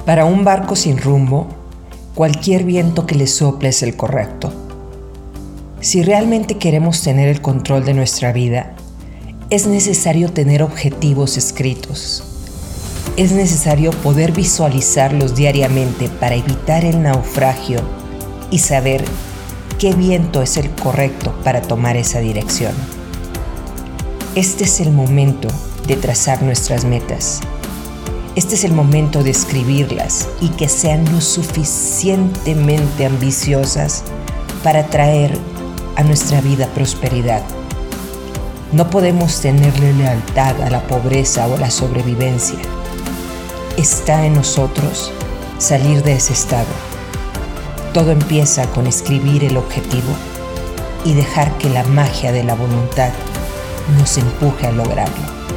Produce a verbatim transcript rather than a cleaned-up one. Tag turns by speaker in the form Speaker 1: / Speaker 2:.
Speaker 1: Para un barco sin rumbo, cualquier viento que le sople es el correcto. Si realmente queremos tener el control de nuestra vida, es necesario tener objetivos escritos. Es necesario poder visualizarlos diariamente para evitar el naufragio y saber qué viento es el correcto para tomar esa dirección. Este es el momento de trazar nuestras metas. Este es el momento de escribirlas y que sean lo suficientemente ambiciosas para traer a nuestra vida prosperidad. No podemos tenerle lealtad a la pobreza o a la sobrevivencia. Está en nosotros salir de ese estado. Todo empieza con escribir el objetivo y dejar que la magia de la voluntad nos empuje a lograrlo.